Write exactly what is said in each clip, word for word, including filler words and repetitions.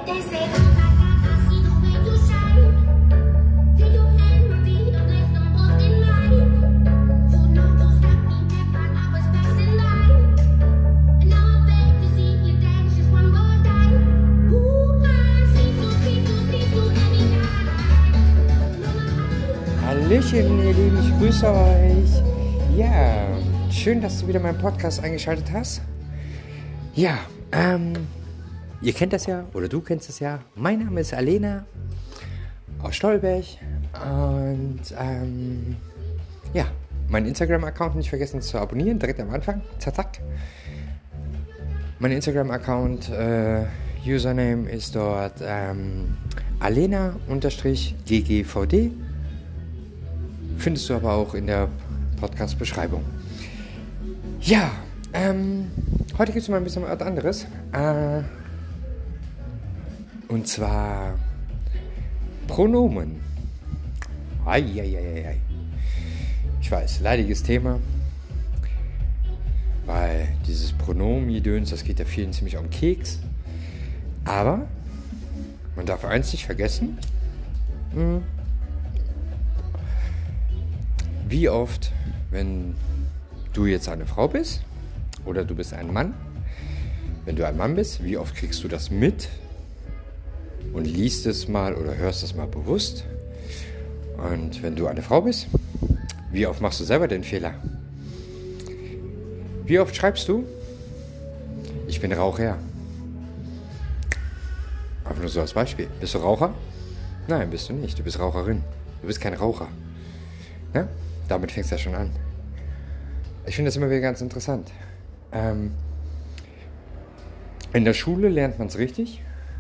Hallöchen, ihr Lieben, ich grüße euch. Ja, schön, dass du wieder meinen Podcast eingeschaltet hast. Ja, ähm, ihr kennt das ja, oder du kennst es ja. Mein Name ist Alena aus Stolberg und ähm, ja, mein Instagram-Account nicht vergessen zu abonnieren, direkt am Anfang, zack, zack. Mein Instagram-Account, äh, Username ist dort ähm, Alena-G G V D. Findest du aber auch in der Podcast-Beschreibung. Ja, ähm, heute gibt es mal ein bisschen was anderes. Äh, und zwar Pronomen. Eieieiei. Ich weiß, leidiges Thema. Weil dieses Pronomen-Gedöns, das geht ja vielen ziemlich um Keks. Aber man darf eins nicht vergessen. Mh, Wie oft, wenn du jetzt eine Frau bist oder du bist ein Mann, wenn du ein Mann bist, wie oft kriegst du das mit und liest es mal oder hörst es mal bewusst? Und wenn du eine Frau bist, wie oft machst du selber den Fehler? Wie oft schreibst du, ich bin Raucher? Einfach nur so als Beispiel. Bist du Raucher? Nein, bist du nicht. Du bist Raucherin. Du bist kein Raucher. Ja? Damit fängt es ja schon an. Ich finde das immer wieder ganz interessant. Ähm, in der Schule lernt man es richtig.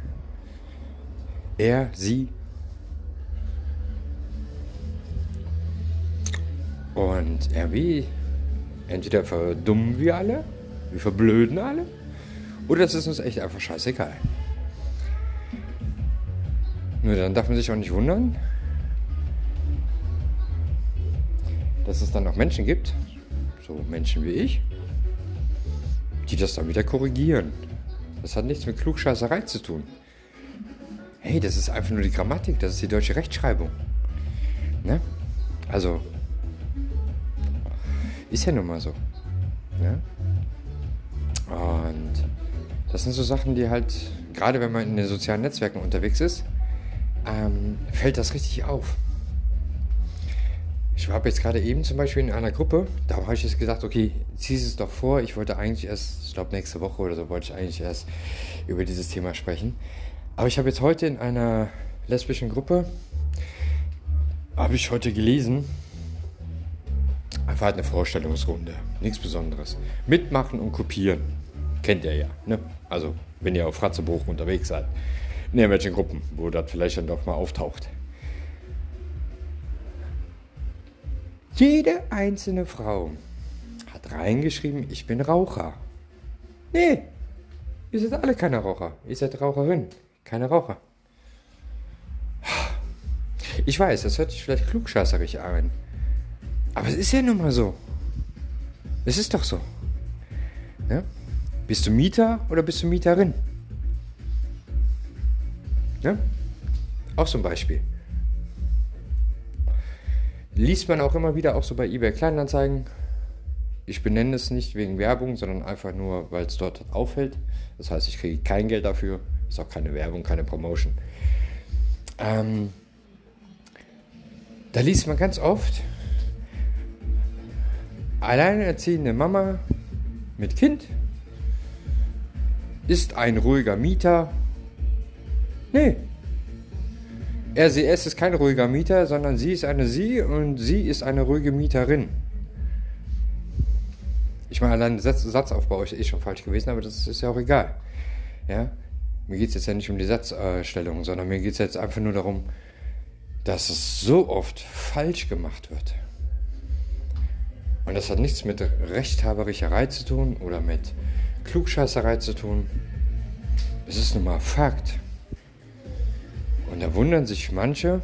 Er, sie. Und irgendwie, entweder verdummen wir alle, wir verblöden alle, oder es ist uns echt einfach scheißegal. Nur dann darf man sich auch nicht wundern, dass es dann auch Menschen gibt, so Menschen wie ich, die das dann wieder korrigieren. Das hat nichts mit Klugscheißerei zu tun. Hey, das ist einfach nur die Grammatik, das ist die deutsche Rechtschreibung. Ne? Also, ist ja nun mal so. Ne? Und das sind so Sachen, die halt, gerade wenn man in den sozialen Netzwerken unterwegs ist, ähm, fällt das richtig auf. Ich habe jetzt gerade eben zum Beispiel in einer Gruppe, da habe ich jetzt gesagt, okay, zieh es doch vor. Ich wollte eigentlich erst, ich glaube nächste Woche oder so, wollte ich eigentlich erst über dieses Thema sprechen. Aber ich habe jetzt heute in einer lesbischen Gruppe, habe ich heute gelesen, einfach halt eine Vorstellungsrunde, nichts Besonderes. Mitmachen und kopieren, kennt ihr ja, ne? Also, wenn ihr auf Ratzebuch unterwegs seid, in irgendwelchen Gruppen, wo das vielleicht dann doch mal auftaucht. Jede einzelne Frau hat reingeschrieben, ich bin Raucher. Nee, ihr seid alle keine Raucher. Ihr seid Raucherin, keine Raucher. Ich weiß, das hört sich vielleicht klugscheißerig an. Aber es ist ja nun mal so. Es ist doch so. Ja? Bist du Mieter oder bist du Mieterin? Ja? Auch so ein Beispiel. Liest man auch immer wieder, auch so bei eBay Kleinanzeigen. Ich benenne es nicht wegen Werbung, sondern einfach nur, weil es dort auffällt. Das heißt, ich kriege kein Geld dafür. Ist auch keine Werbung, keine Promotion. Ähm, da liest man ganz oft, alleinerziehende Mama mit Kind ist ein ruhiger Mieter. Nee. Er, sie, es ist kein ruhiger Mieter, sondern sie ist eine sie und sie ist eine ruhige Mieterin. Ich meine, allein der Satz, Satzaufbau ist eh schon falsch gewesen, aber das ist ja auch egal. Ja? Mir geht es jetzt ja nicht um die Satzstellung, sondern mir geht es jetzt einfach nur darum, dass es so oft falsch gemacht wird. Und das hat nichts mit Rechthaberei zu tun oder mit Klugscheißerei zu tun. Es ist nun mal Fakt. Und da wundern sich manche,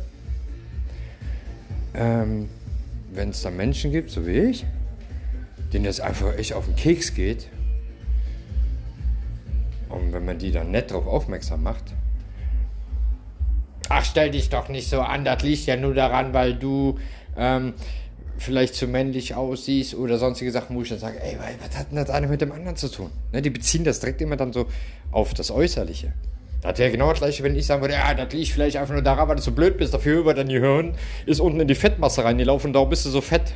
ähm, wenn es da Menschen gibt, so wie ich, denen das einfach echt auf den Keks geht. Und wenn man die dann nett darauf aufmerksam macht, ach, stell dich doch nicht so an, das liegt ja nur daran, weil du ähm, vielleicht zu männlich aussiehst oder sonstige Sachen, wo ich dann sage, ey, was hat denn das eine mit dem anderen zu tun? Ne, die beziehen das direkt immer dann so auf das Äußerliche. Das wäre genau das gleiche, wenn ich sagen würde, ja, das liegt vielleicht einfach nur daran, weil du so blöd bist, dafür über dein Gehirn ist unten in die Fettmasse reingelaufen und darum bist du so fett.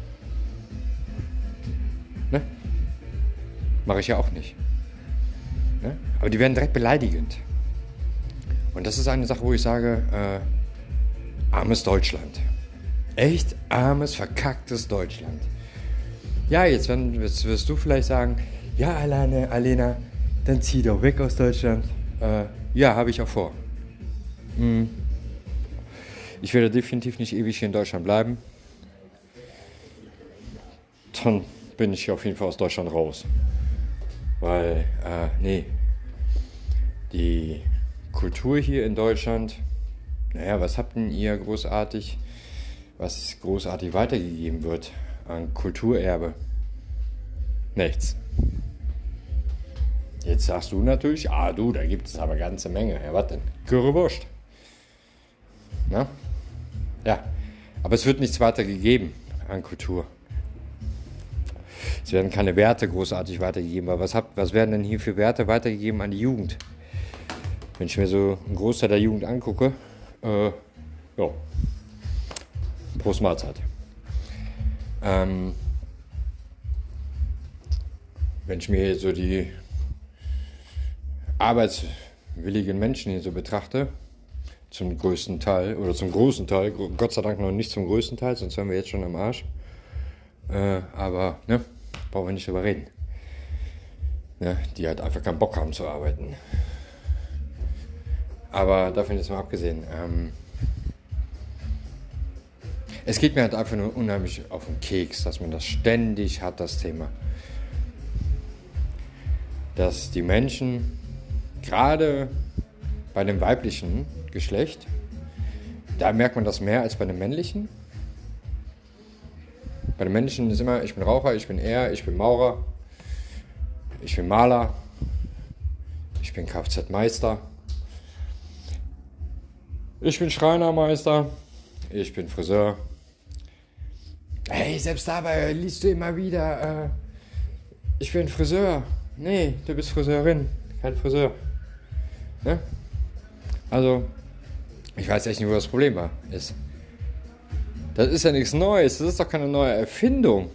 Ne? Mache ich ja auch nicht. Ne? Aber die werden direkt beleidigend. Und das ist eine Sache, wo ich sage, äh, armes Deutschland. Echt armes, verkacktes Deutschland. Ja, jetzt, wenn, jetzt wirst du vielleicht sagen, ja, alleine, Alena, dann zieh doch weg aus Deutschland. Äh, ja, habe ich auch vor. Hm. Ich werde definitiv nicht ewig hier in Deutschland bleiben. Dann bin ich auf jeden Fall aus Deutschland raus. Weil, äh, nee. Die Kultur hier in Deutschland, naja, was habt denn ihr großartig, was großartig weitergegeben wird an Kulturerbe? Nichts. Jetzt sagst du natürlich, ah du, da gibt es aber eine ganze Menge. Ja, was denn? Currywurst. Na? Ja, aber es wird nichts weitergegeben an Kultur. Es werden keine Werte großartig weitergegeben. Aber was, habt, was werden denn hier für Werte weitergegeben an die Jugend? Wenn ich mir so einen Großteil der Jugend angucke, äh, ja, Prost Mahlzeit. Ähm, wenn ich mir so die arbeitswilligen Menschen hier so betrachte, zum größten Teil, oder zum großen Teil, Gott sei Dank noch nicht zum größten Teil, sonst wären wir jetzt schon am Arsch. Äh, aber, ne, brauchen wir nicht drüber reden. Ne, die halt einfach keinen Bock haben zu arbeiten. Aber davon jetzt mal abgesehen, ähm, es geht mir halt einfach nur unheimlich auf den Keks, dass man das ständig hat, das Thema. Dass die Menschen, gerade bei dem weiblichen Geschlecht, da merkt man das mehr als bei dem männlichen. Bei dem männlichen ist immer, ich bin Raucher, ich bin er, ich bin Maurer, ich bin Maler, ich bin Kfz-Meister, ich bin Schreinermeister, ich bin Friseur. Hey, selbst dabei liest du immer wieder, äh, ich bin Friseur. Nee, du bist Friseurin, kein Friseur. Ne? Also, ich weiß echt nicht, wo das Problem war, ist. Das ist ja nichts Neues, das ist doch keine neue Erfindung.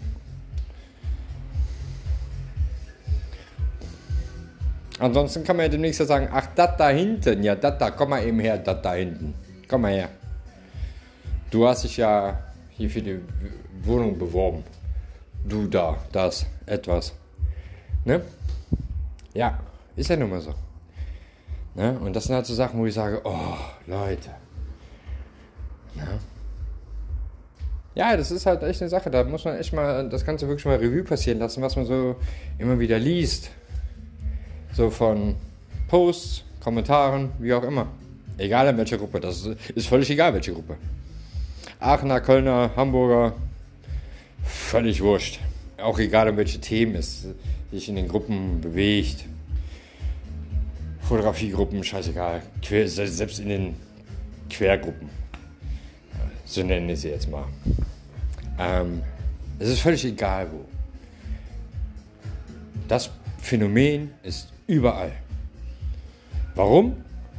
Ansonsten kann man ja demnächst ja sagen, ach, das da hinten, ja, das da, komm mal eben her, das da hinten. Komm mal her. Du hast dich ja hier für die Wohnung beworben. Du da, das, etwas. Ne? Ja, ist ja nun mal so. Ne? Und das sind halt so Sachen, wo ich sage, oh, Leute. Ne? Ja, das ist halt echt eine Sache, da muss man echt mal das Ganze wirklich mal Revue passieren lassen, was man so immer wieder liest. So von Posts, Kommentaren, wie auch immer. Egal in welcher Gruppe, das ist völlig egal, welche Gruppe. Aachener, Kölner, Hamburger, völlig wurscht. Auch egal, um welche Themen es sich in den Gruppen bewegt. Fotografiegruppen, scheißegal. Quer, selbst in den Quergruppen. So nennen wir sie jetzt mal. Ähm, es ist völlig egal, wo. Das Phänomen ist überall. Warum?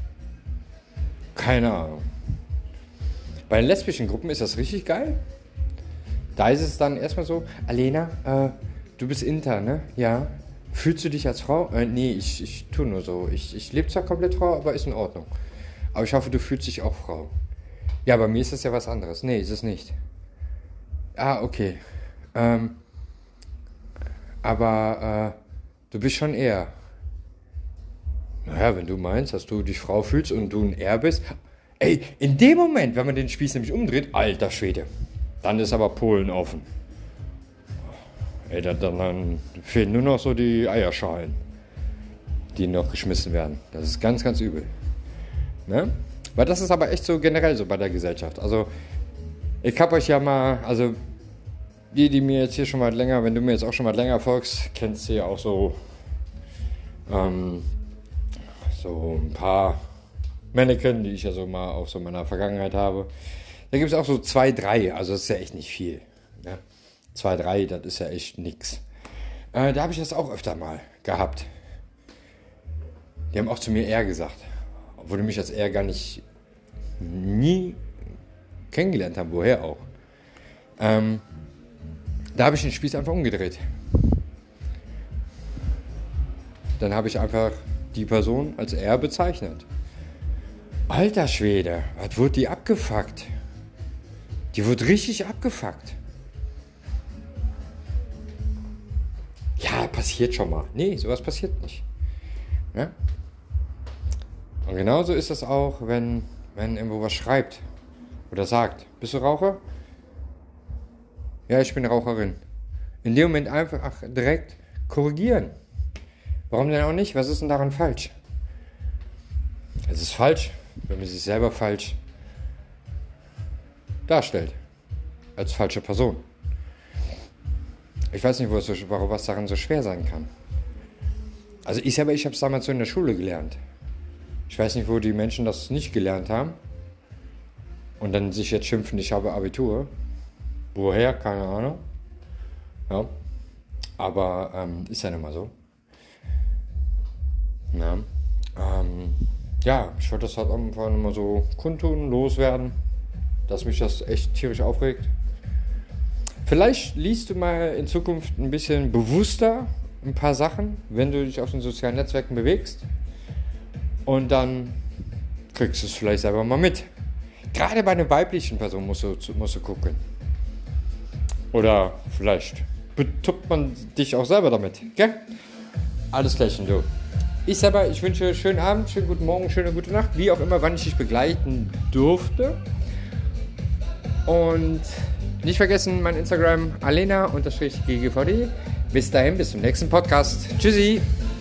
Keine Ahnung. Bei den lesbischen Gruppen ist das richtig geil. Da ist es dann erstmal so, Alena, äh, du bist inter, ne? Ja. Fühlst du dich als Frau? Äh, nee, ich, ich tue nur so. Ich, ich lebe zwar komplett Frau, aber ist in Ordnung. Aber ich hoffe, du fühlst dich auch Frau. Ja, bei mir ist das ja was anderes. Nee, ist es nicht. Ah, okay. Ähm, aber, äh, du bist schon er. Naja, wenn du meinst, dass du dich Frau fühlst und du ein Er bist. Ey, in dem Moment, wenn man den Spieß nämlich umdreht, alter Schwede, dann ist aber Polen offen. Ey, dann, dann fehlen nur noch so die Eierschalen, die noch geschmissen werden. Das ist ganz, ganz übel. Ne? Weil das ist aber echt so generell so bei der Gesellschaft. Also, ich hab euch ja mal, also, die, die mir jetzt hier schon mal länger, wenn du mir jetzt auch schon mal länger folgst, kennst du ja auch so, ähm, so ein paar Mannequin, die ich ja so mal auch so in meiner Vergangenheit habe. Da gibt es auch so zwei, drei, also das ist ja echt nicht viel. Ne? Zwei, drei, das ist ja echt nix. Äh, da habe ich das auch öfter mal gehabt. Die haben auch zu mir er gesagt, obwohl die mich als er gar nicht nie kennengelernt haben, woher auch. Ähm, da habe ich den Spieß einfach umgedreht. Dann habe ich einfach die Person als er bezeichnet. Alter Schwede, was wurde die abgefuckt? Die wurde richtig abgefuckt. Ja, passiert schon mal. Nee, sowas passiert nicht. Ja? Und genauso ist das auch, wenn, wenn irgendwo was schreibt oder sagt. Bist du Raucher? Ja, ich bin Raucherin. In dem Moment einfach ach, direkt korrigieren. Warum denn auch nicht? Was ist denn daran falsch? Es ist falsch, wenn man sich selber falsch darstellt. Als falsche Person. Ich weiß nicht, wo es so, warum was daran so schwer sein kann. Also ich selber, ich habe es damals so in der Schule gelernt. Ich weiß nicht, wo die Menschen das nicht gelernt haben. Und dann sich jetzt schimpfen, ich habe Abitur. Woher? Keine Ahnung. Ja. Aber ähm, ist ja nicht mal so. Ja. Ähm, ja, ich wollte das halt einfach mal so kundtun, loswerden, dass mich das echt tierisch aufregt. Vielleicht liest du mal in Zukunft ein bisschen bewusster ein paar Sachen, wenn du dich auf den sozialen Netzwerken bewegst. Und dann kriegst du es vielleicht selber mal mit. Gerade bei einer weiblichen Person musst du, musst du gucken. Oder vielleicht betuppt man dich auch selber damit. Gell? Alles Klärchen, du. Ich selber, ich wünsche schönen Abend, schönen guten Morgen, schöne gute Nacht. Wie auch immer, wann ich dich begleiten durfte. Und nicht vergessen, mein Instagram alena G G V D. Bis dahin, bis zum nächsten Podcast. Tschüssi.